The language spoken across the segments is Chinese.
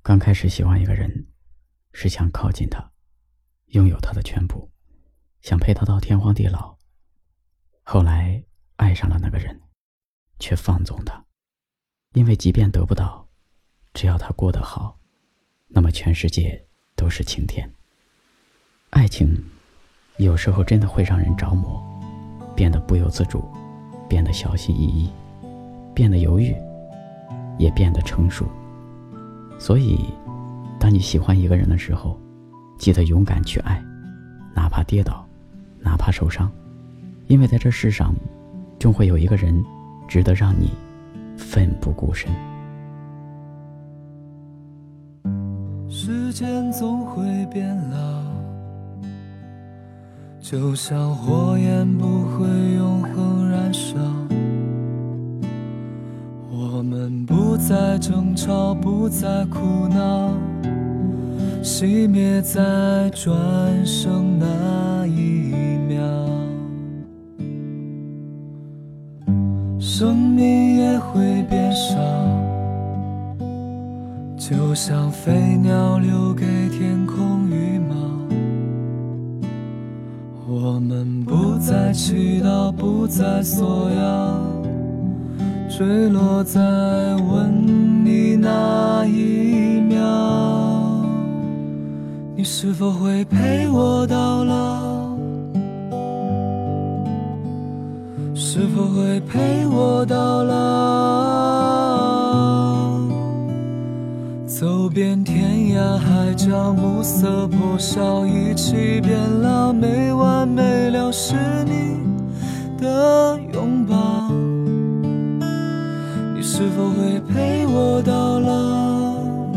刚开始喜欢一个人，是想靠近他，拥有他的全部，想陪他到天荒地老。后来爱上了那个人，却放纵他，因为即便得不到，只要他过得好，那么全世界都是晴天。爱情有时候真的会让人着魔，变得不由自主，变得小心翼翼，变得犹豫，也变得成熟。所以当你喜欢一个人的时候，记得勇敢去爱，哪怕跌倒，哪怕受伤，因为在这世上终会有一个人值得让你奋不顾身。 时间总会变老，就像火焰不会永恒燃烧。我们不再争吵，不再哭闹，熄灭在转身那一秒。生命也会变少，就像飞鸟留给天空羽毛。我们不再祈祷，不再索要，坠落在吻你那一秒。你是否会陪我到老？是否会陪我到老？走遍天涯海角，暮色破晓，一起变老，没完没了是你的拥抱。你是否会陪我到老？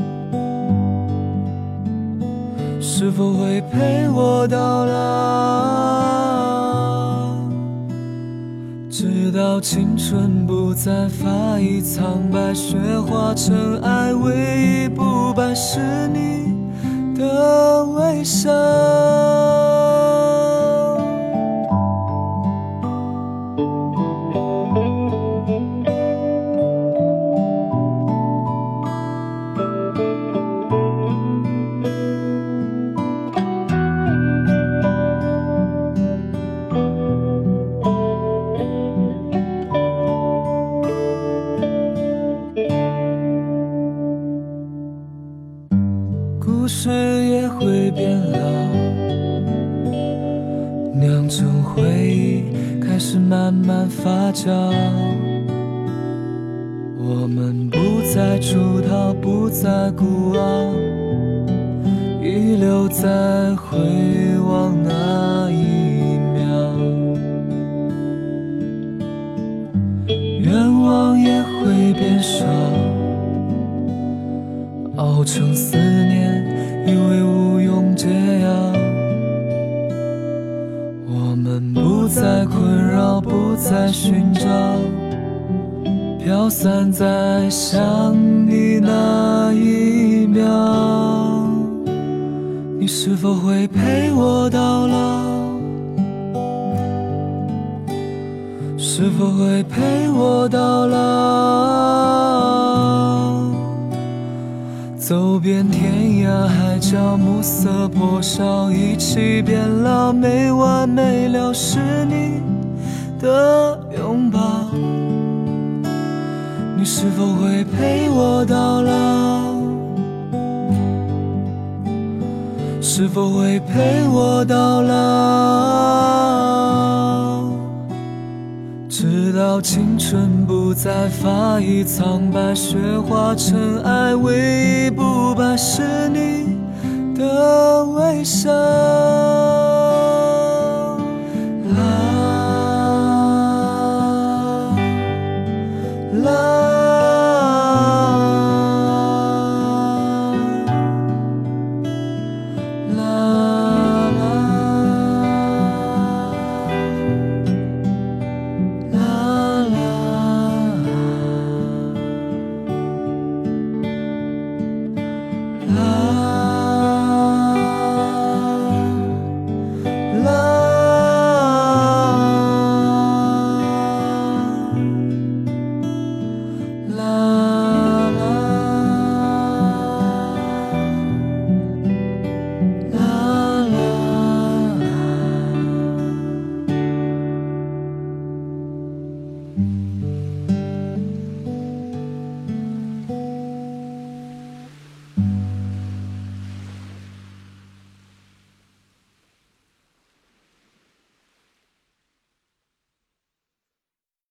是否会陪我到老？直到青春不再发一苍白，雪化尘埃，唯一不败是你的微笑。故事也会变老，酿成回忆，开始慢慢发酵。我们不再出逃，不再孤傲，遗留在回望那一秒。愿望也会变少，熬成思念，以为无用解药。我们不再困扰，不再寻找，飘散在想你那一秒。你是否会陪我到老？是否会陪我到老？走遍天涯海角，暮色破晓，一起变老，没完没了是你的拥抱。你是否会陪我到老？是否会陪我到老？直到青春不再发一苍白，雪化尘埃，唯一不败是你的微笑。啦啦啦